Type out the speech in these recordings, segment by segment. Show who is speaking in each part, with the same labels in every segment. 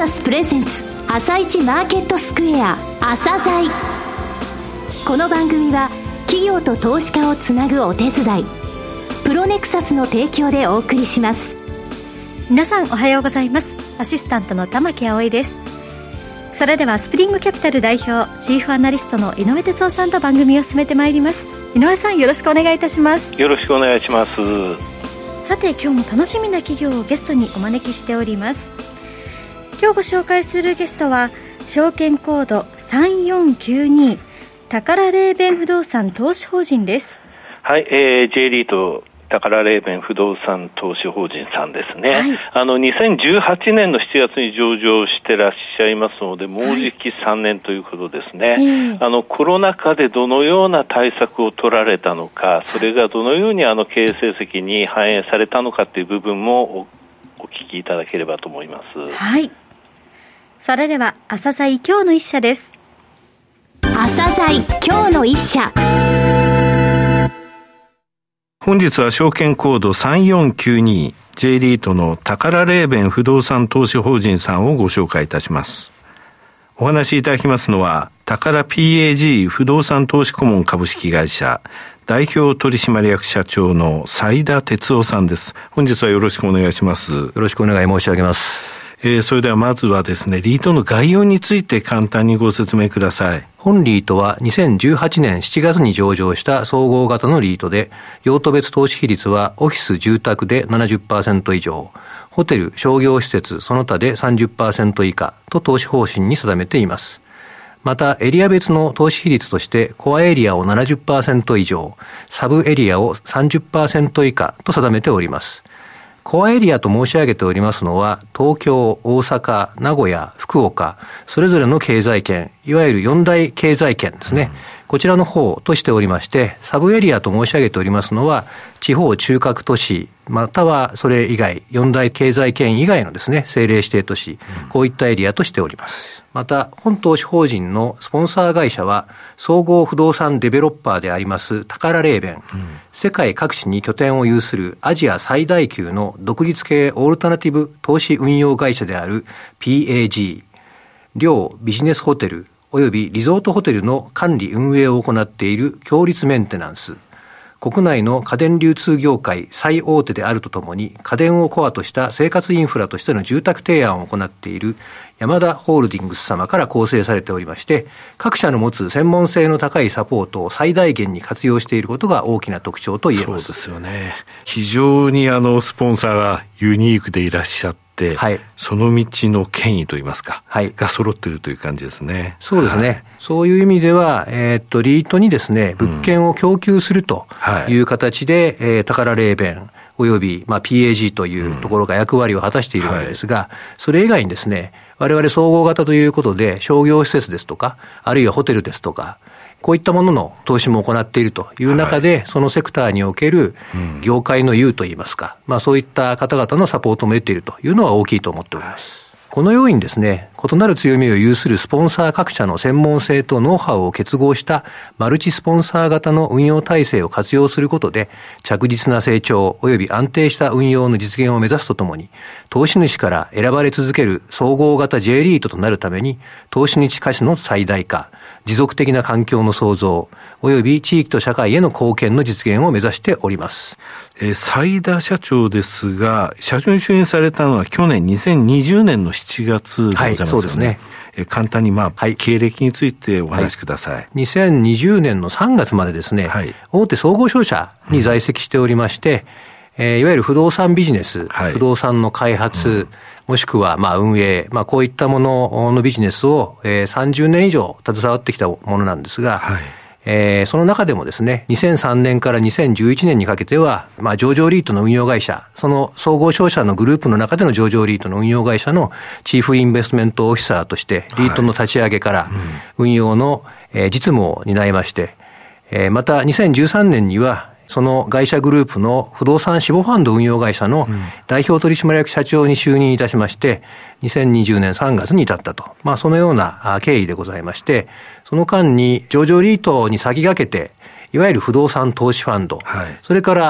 Speaker 1: サスプレゼンツ朝一マーケットスクエア朝鮮。この番組は企業と投資家をつなぐお手伝いプロネクサスの提供でお送りします。
Speaker 2: 皆さんおはようございます。アシスタントの玉木葵です。それではスプリングキャピタル代表チーフアナリストの井上哲夫さんと番組を進めてまいります。井上さん、よろしくお願いいたします。
Speaker 3: よろしくお願いします。
Speaker 2: さて、今日も楽しみな企業をゲストにお招きしております。今日ご紹介するゲストは証券コード3492タカラレーベン不動産投資法人です。
Speaker 3: はい、J リートタカラレーベン不動産投資法人さんですね、はい、2018年の7月に上場してらっしゃいますので、もうじき3年ということですね、コロナ禍でどのような対策を取られたのか、それがどのように経営成績に反映されたのかという部分もお聞きいただければと思います。
Speaker 2: はい、それでは朝鮮今日の一社です。
Speaker 1: 朝鮮今日の一社。
Speaker 4: 本日は証券コード3492 J リートのタカラレーベン不動産投資法人さんをご紹介いたします。お話しいただきますのはタカラ PAG 不動産投資顧問株式会社代表取締役社長の斉田哲夫さんです。本日はよろしくお願いします。
Speaker 5: よろしくお願い申し上げます。
Speaker 4: それではまずはですね、リートの概要について簡単にご説明ください。
Speaker 5: 本リートは2018年7月に上場した総合型のリートで、用途別投資比率はオフィス住宅で 70% 以上、ホテル商業施設その他で 30% 以下と投資方針に定めています。またエリア別の投資比率としてコアエリアを 70% 以上、サブエリアを 30% 以下と定めております。コアエリアと申し上げておりますのは、東京、大阪、名古屋、福岡、それぞれの経済圏、いわゆる四大経済圏ですね。こちらの方としておりまして、サブエリアと申し上げておりますのは、地方中核都市、またはそれ以外、四大経済圏以外のですね、政令指定都市、こういったエリアとしております。また、本投資法人のスポンサー会社は、総合不動産デベロッパーでありますタカラレーベン、世界各地に拠点を有するアジア最大級の独立系オールタナティブ投資運用会社である PAG、両ビジネスホテルおよびリゾートホテルの管理運営を行っている強立メンテナンス、国内の家電流通業界最大手であるとともに、家電をコアとした生活インフラとしての住宅提案を行っている山田ホールディングス様から構成されておりまして、各社の持つ専門性の高いサポートを最大限に活用していることが大きな特徴と言えます。
Speaker 4: そうですよね。非常にスポンサーがユニークでいらっしゃって、はい、その道の権威といいますか、はい、が揃っているという感じですね。
Speaker 5: そうですね。はい、そういう意味では、リートにですね、物件を供給するという形で、タカラレーベンおよび、PAG というところが役割を果たしているわけですが、はい、それ以外にですね、我々総合型ということで商業施設ですとか、あるいはホテルですとか、こういったものの投資も行っているという中で、はい、そのセクターにおける業界の優といいますか、そういった方々のサポートも得ているというのは大きいと思っております。はい、このようにですね、異なる強みを有するスポンサー各社の専門性とノウハウを結合したマルチスポンサー型の運用体制を活用することで、着実な成長及び安定した運用の実現を目指すとともに、投資主から選ばれ続ける総合型 J リートとなるために、投資主価値の最大化、持続的な環境の創造、及び地域と社会への貢献の実現を目指しております。
Speaker 4: 斉田社長ですが、社長に就任されたのは去年2020年の7月でございますよね。はい、そうですね。簡単に経歴についてお話しください。はい、
Speaker 5: 2020年の3月までですね、はい、大手総合商社に在籍しておりまして、いわゆる不動産ビジネス、はい、不動産の開発、もしくは運営、こういったもののビジネスを30年以上携わってきたものなんですが、はい、その中でもですね、2003年から2011年にかけては、上場リートの運用会社、その総合商社のグループの中での上場リートの運用会社のチーフインベストメントオフィサーとして、リートの立ち上げから運用の実務を担いまして、また2013年には、その会社グループの不動産死亡ファンド運用会社の代表取締役社長に就任いたしまして、2020年3月に至ったと。そのような経緯でございまして、その間に上場リートに先駆けて、 いわゆる不動産投資ファンド、はい、それから、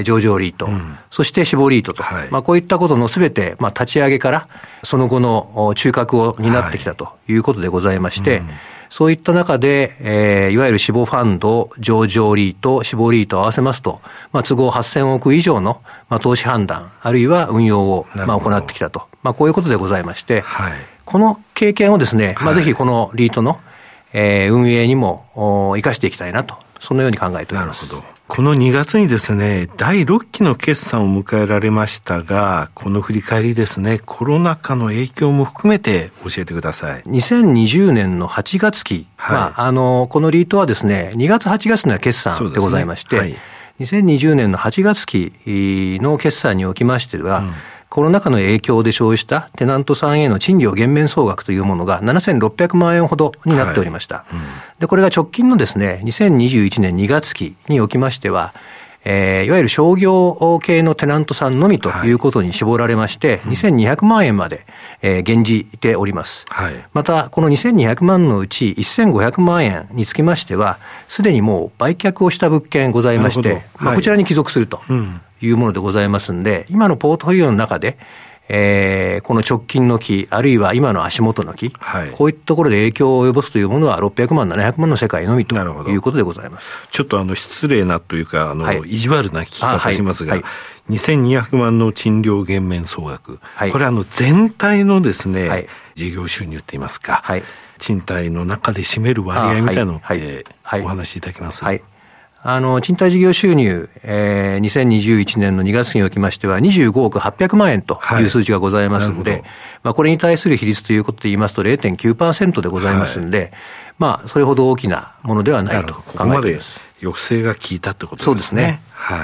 Speaker 5: 上場リート、そして死亡リートと、はい、こういったことのすべて、立ち上げからその後の中核を担ってきたということでございまして、そういった中で、いわゆる死亡ファンド、上場リート、死亡リートを合わせますと、都合8000億以上の、投資判断、あるいは運用を、行ってきたと。こういうことでございまして、はい、この経験をですね、ぜひこのリートの、運営にも生かしていきたいなと、そのように考えております。
Speaker 4: なるほど。この2月にですね、第6期の決算を迎えられましたが、この振り返りですね、コロナ禍の影響も含めて教えてください。
Speaker 5: 2020年の8月期、はい、このリートはですね、2月8月の決算でございまして、はい、2020年の8月期の決算におきましては、コロナ禍の影響で生じたテナントさんへの賃料減免総額というものが7600万円ほどになっておりました。はい、で、これが直近のですね、2021年2月期におきましては、いわゆる商業系のテナントさんのみということに絞られまして、2200万円まで、減じております。はい、また、この2200万のうち1500万円につきましては、すでにもう売却をした物件ございまして、こちらに帰属すると。いうものでございますんで、今のポートフォリオの中で、この直近の期、あるいは今の足元の期、はい、こういったところで影響を及ぼすというものは600万、700万の世界のみということでございます。
Speaker 4: ちょっと失礼なというか、はい、意地悪な聞き方しますが、はいはい、2200万の賃料減免総額、はい、これ全体のですね、はい、事業収入って言いますか、はい、賃貸の中で占める割合みたいなのって、お話しいただけます？
Speaker 5: はい、賃貸事業収入、2021年の2月におきましては25億800万円という数字がございますので、はい、これに対する比率ということで言いますと 0.9% でございますので、はい、それほど大きなものではないと考えています。
Speaker 4: ここまで抑制が効いたってことですね。そうですね。はい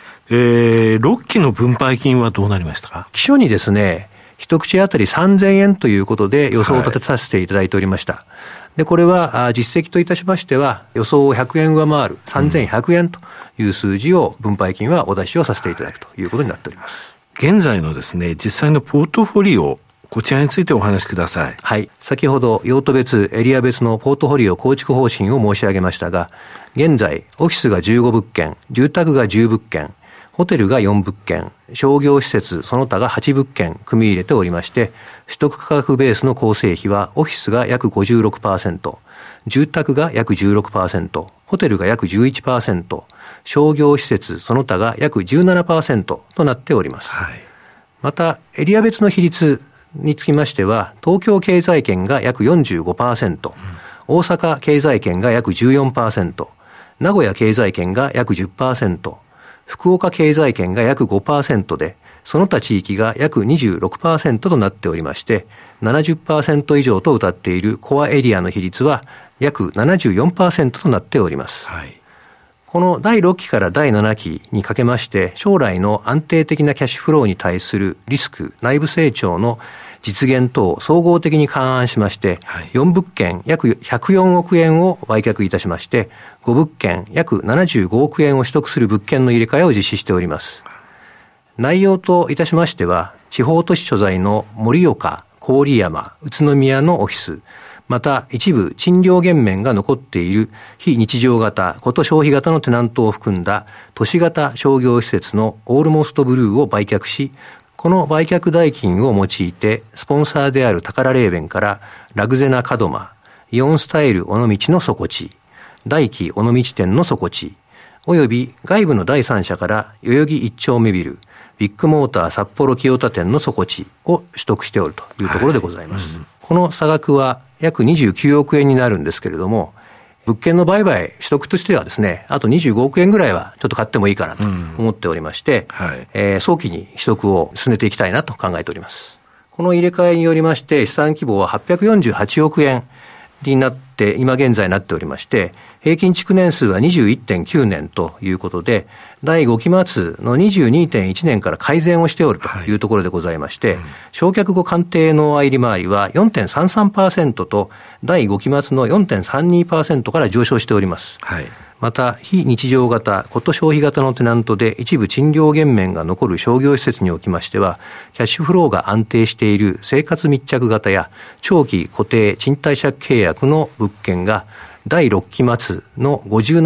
Speaker 4: 。6期の分配金はどうなりましたか？
Speaker 5: 期初にですね、一口当たり3000円ということで予想を立てさせていただいておりました。はい、で、これは実績といたしましては予想を100円上回る3100円という数字を分配金はお出しをさせていただくということになっております。
Speaker 4: 現在のですね、実際のポートフォリオ、こちらについてお話しください。
Speaker 5: はい。先ほど用途別、エリア別のポートフォリオ構築方針を申し上げましたが、現在オフィスが15物件、住宅が10物件、ホテルが4物件、商業施設その他が8物件組み入れておりまして、取得価格ベースの構成比はオフィスが約 56%、住宅が約 16%、ホテルが約 11%、商業施設その他が約 17% となっております。はい、また、エリア別の比率につきましては、東京経済圏が約 45%、大阪経済圏が約 14%、名古屋経済圏が約 10%、福岡経済圏が約 5% で、その他地域が約 26% となっておりまして、70% 以上と謳っているコアエリアの比率は約 74% となっております。はい、この第6期から第7期にかけまして、将来の安定的なキャッシュフローに対するリスク、内部成長の実現等総合的に勘案しまして、4物件約104億円を売却いたしまして、5物件約75億円を取得する物件の入れ替えを実施しております。内容といたしましては、地方都市所在の盛岡、郡山、宇都宮のオフィス、また一部賃料減免が残っている非日常型、こと消費型のテナントを含んだ都市型商業施設のオールモストブルーを売却し、この売却代金を用いて、スポンサーであるタカラレーベンからラグゼナ門真、イオンスタイル尾道の底地、大輝尾道店の底地、および外部の第三者から代々木一丁目ビル、ビッグモーター札幌清田店の底地を取得しておるというところでございます。はい、この差額は約29億円になるんですけれども、物件の売買取得としてはですね、あと25億円ぐらいはちょっと買ってもいいかなと思っておりまして、早期に取得を進めていきたいなと考えております。この入れ替えによりまして資産規模は848億円になって、今現在なっておりまして、平均築年数は 21.9 年ということで、第5期末の 22.1 年から改善をしておるというところでございまして、償却後鑑定の入り回りは 4.33% と、第5期末の 4.32% から上昇しております。はい、また、非日常型、こと消費型のテナントで一部賃料減免が残る商業施設におきましては、キャッシュフローが安定している生活密着型や長期固定賃貸借契約の物件が第6期末の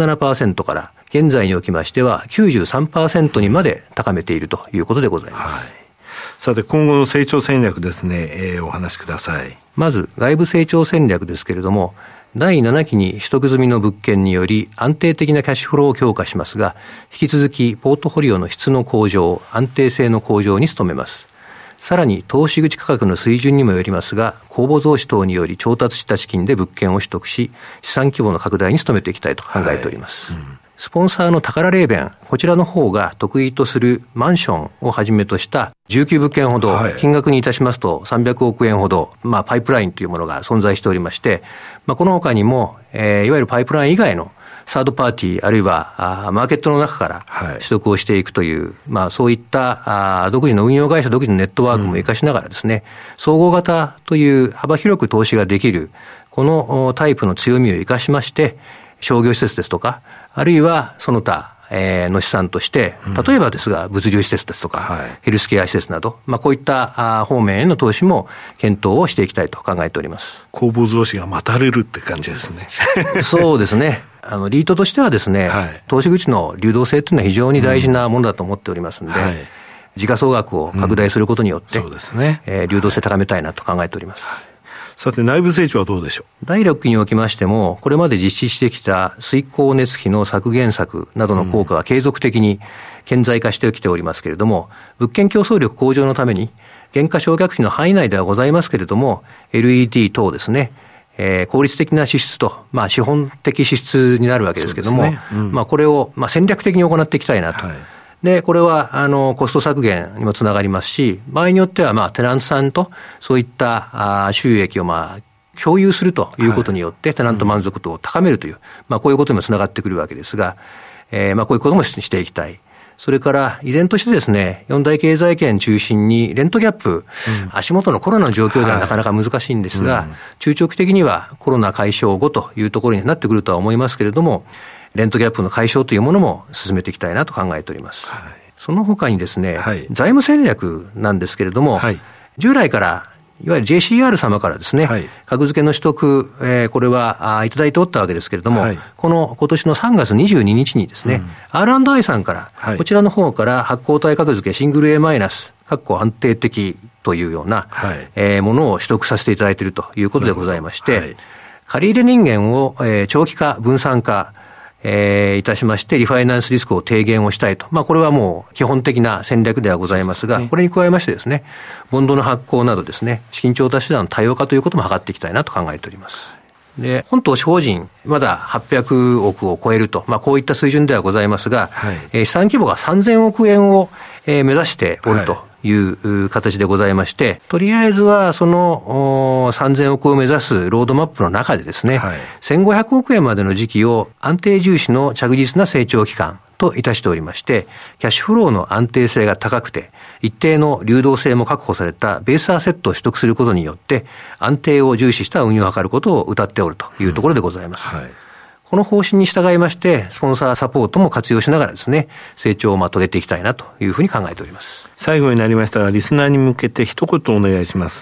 Speaker 5: 57% から現在におきましては 93% にまで高めているということでございます。はい、
Speaker 4: さて今後の成長戦略ですね、お話しください。
Speaker 5: まず外部成長戦略ですけれども、第7期に取得済みの物件により安定的なキャッシュフローを強化しますが、引き続きポートフォリオの質の向上、安定性の向上に努めます。さらに投資口価格の水準にもよりますが、公募増資等により調達した資金で物件を取得し、資産規模の拡大に努めていきたいと考えております。スポンサーの宝レーベン、こちらの方が得意とするマンションをはじめとした19物件ほど、金額にいたしますと300億円ほど、パイプラインというものが存在しておりまして、この他にも、いわゆるパイプライン以外のサードパーティーあるいはマーケットの中から取得をしていくという、そういった独自の運用会社、独自のネットワークも活かしながらですね、総合型という幅広く投資ができるこのタイプの強みを活かしまして、商業施設ですとか、あるいはその他の資産として、例えばですが物流施設ですとか、ヘルスケア施設など、こういった方面への投資も検討をしていきたいと考えております。
Speaker 4: 公募増資が待たれるって感じですね。
Speaker 5: そうですね。リートとしてはですね、投資口の流動性というのは非常に大事なものだと思っておりますので、時価総額を拡大することによって、そうですね、流動性高めたいなと考えております。
Speaker 4: さて内部成長はどうでしょう。
Speaker 5: 第6期におきましても、これまで実施してきた水光熱費の削減策などの効果が継続的に顕在化してきておりますけれども、物件競争力向上のために減価償却費の範囲内ではございますけれども、 LED 等ですね、効率的な支出と、資本的支出になるわけですけれども、これを戦略的に行っていきたいなと。で、これは、コスト削減にもつながりますし、場合によっては、テナントさんとそういった収益を共有するということによって、テナント満足度を高めるという、こういうことにもつながってくるわけですが、こういうこともしていきたい。それから、依然としてですね、四大経済圏中心にレントギャップ、足元のコロナの状況ではなかなか難しいんですが、中長期的にはコロナ解消後というところになってくるとは思いますけれども、レントギャップの解消というものも進めていきたいなと考えております。その他にですね、財務戦略なんですけれども、従来からいわゆる JCR 様からですね、格付けの取得、これはいただいておったわけですけれども、今年の3月22日にですね、R&I さんから、こちらの方から発行体格付けシングル A マイナス、安定的というような、ものを取得させていただいているということでございまして、借入人間を、長期化、分散化、いたしまして、リファイナンスリスクを低減をしたいと。これはもう基本的な戦略ではございますが、これに加えましてですね、ボンドの発行などですね、資金調達手段の多様化ということも図っていきたいなと考えております。で、本投資法人、まだ800億を超えると、こういった水準ではございますが、資産規模が3000億円を、目指しておると。いう形でございまして、とりあえずはその3000億を目指すロードマップの中でですね、1500億円までの時期を安定重視の着実な成長期間といたしておりまして、キャッシュフローの安定性が高くて、一定の流動性も確保されたベースアセットを取得することによって、安定を重視した運用を図ることを謳っておるというところでございます。この方針に従いまして、スポンサーサポートも活用しながらですね、成長を遂げていきたいなというふうに考えております。
Speaker 4: 最後になりましたが、リスナーに向けて一言お願いします。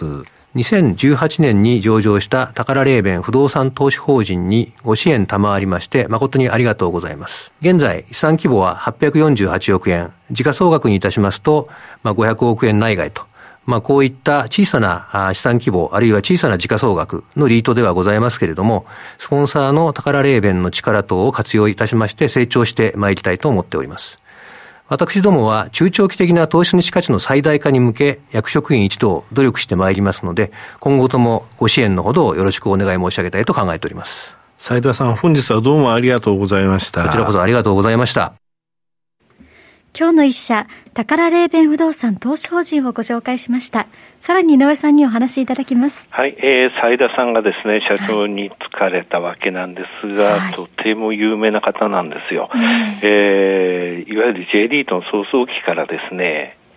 Speaker 5: 2018年に上場した宝レーベン不動産投資法人にご支援賜りまして誠にありがとうございます。現在資産規模は848億円、時価総額にいたしますと、500億円内外と、こういった小さな資産規模あるいは小さな時価総額のリートではございますけれども、スポンサーの宝レーベンの力等を活用いたしまして成長してまいりたいと思っております。私どもは中長期的な投資主価値の最大化に向け役職員一同努力してまいりますので、今後ともご支援のほどをよろしくお願い申し上げたいと考えております。
Speaker 4: 斉田さん、本日はどうもありがとうございました。
Speaker 5: こちらこそありがとうございました。
Speaker 2: 今日の一社、宝レーベン不動産投資法人をご紹介しました。さらに井上さんにお話しいただきます。
Speaker 3: はい、斉田さんがですね、社長に就かれたわけなんですが、とても有名な方なんですよ。いわゆる J リートの創創期からですね、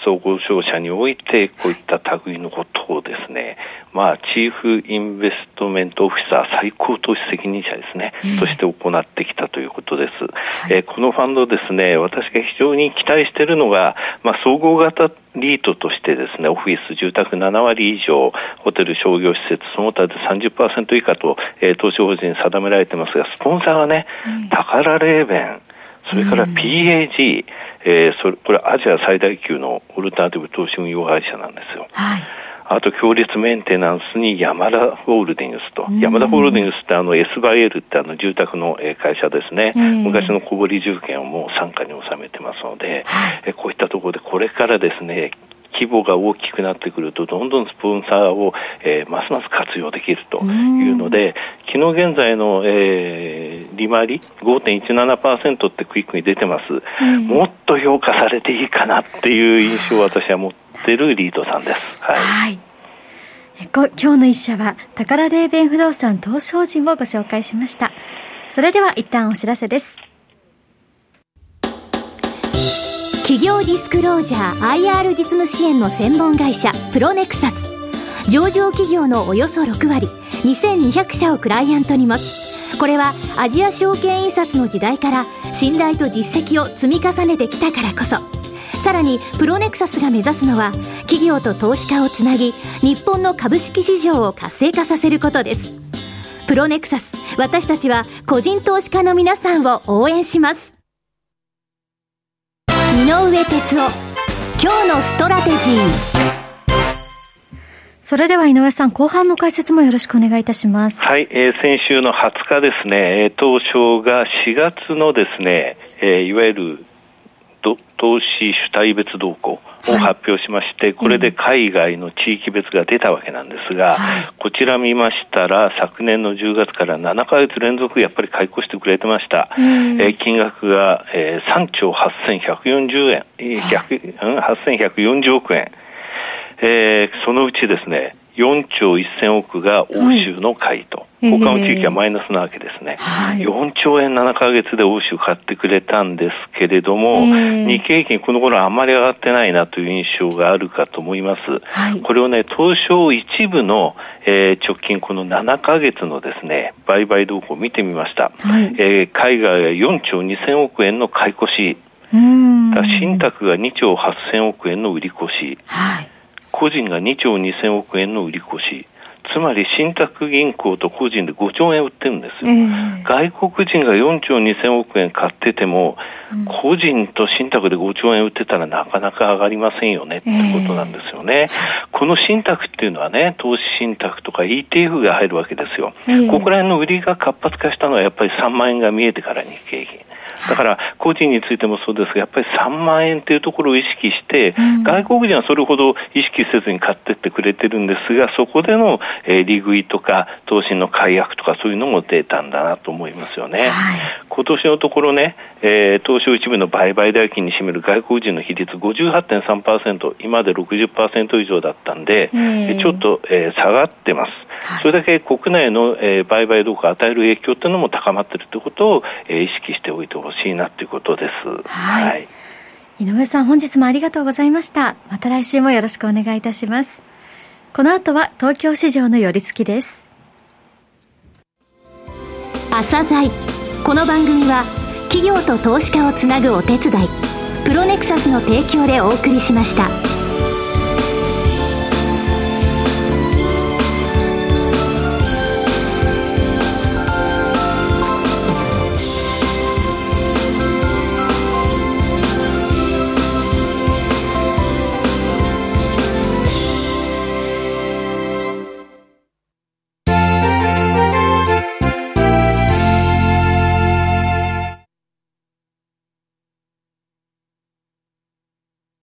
Speaker 3: 総合商社においてこういった類のことをですね、チーフインベストメントオフィサー最高投資責任者ですね、として行ってきたということです。このファンドですね、私が非常に期待しているのが、総合型リートとしてですね、オフィス、住宅7割以上、ホテル、商業施設、その他で 30% 以下と、投資法人に定められていますが、スポンサーはね、タカラレーベン、それから PAG、これアジア最大級のオルタナティブ投資運用会社なんですよ。あと強烈メンテナンスにヤマダホールディングスと、ヤマダホールディングスってSバイ L って住宅の会社ですね、昔の小堀住建をもう傘下に収めてますので、こういったところでこれからですね、規模が大きくなってくるとどんどんスポンサーを、ますます活用できるというので、昨日現在の、利回り 5.17% ってクイックに出てます、もっと評価されていいかなっていう印象を私は持っているリートさんです。
Speaker 2: 今日の一社はタカラレーベン不動産投資法人をご紹介しました。それでは一旦お知らせです。
Speaker 1: 企業ディスクロージャー IR 実務支援の専門会社プロネクサス、上場企業のおよそ6割2200社をクライアントに持つ。これはアジア証券印刷の時代から信頼と実績を積み重ねてきたからこそ。さらにプロネクサスが目指すのは企業と投資家をつなぎ、日本の株式市場を活性化させることです。プロネクサス、私たちは個人投資家の皆さんを応援します。井上哲夫、今日のストラテジー。
Speaker 2: それでは井上さん、後半の解説もよろしくお願いいたします。
Speaker 3: 先週の20日ですね、東証が4月のですね、いわゆる投資主体別動向を発表しまして、これで海外の地域別が出たわけなんですが、こちら見ましたら昨年の10月から7ヶ月連続やっぱり買い越してくれてました。金額が、3兆8140円、8140億円、そのうちですね4兆1000億が欧州の買いと、他の地域はマイナスなわけですね。4兆円7ヶ月で欧州買ってくれたんですけれども、日経平均この頃あんまり上がってないなという印象があるかと思います。これをね、東証一部の、直近この7ヶ月のですね売買動向を見てみました。海外は4兆2000億円の買い越し、信託が2兆8000億円の売り越し、個人が2兆2000億円の売り越し、つまり信託銀行と個人で5兆円売ってるんですよ。外国人が4兆2000億円買ってても、個人と信託で5兆円売ってたらなかなか上がりませんよねってことなんですよね。この信託っていうのはね、投資信託とか ETF が入るわけですよ。ここら辺の売りが活発化したのはやっぱり3万円が見えてから日経平均。だから個人についてもそうですが、やっぱり3万円というところを意識して、外国人はそれほど意識せずに買ってってくれてるんですが、そこでの、利食いとか投資の解約とかそういうのも出たんだなと思いますよね。今年のところね、東証一部の売買代金に占める外国人の比率 58.3%、 今まで 60% 以上だったんで、ちょっと、下がってます。それだけ国内の、売買動向を与える影響っていうのも高まっているということを、意識しておいてほしいなということです。
Speaker 2: 井上さん、本日もありがとうございました。また来週もよろしくお願いいたします。この後は東京市場の寄り付きです。
Speaker 1: 朝鮮、この番組は企業と投資家をつなぐお手伝い、プロネクサスの提供でお送りしました。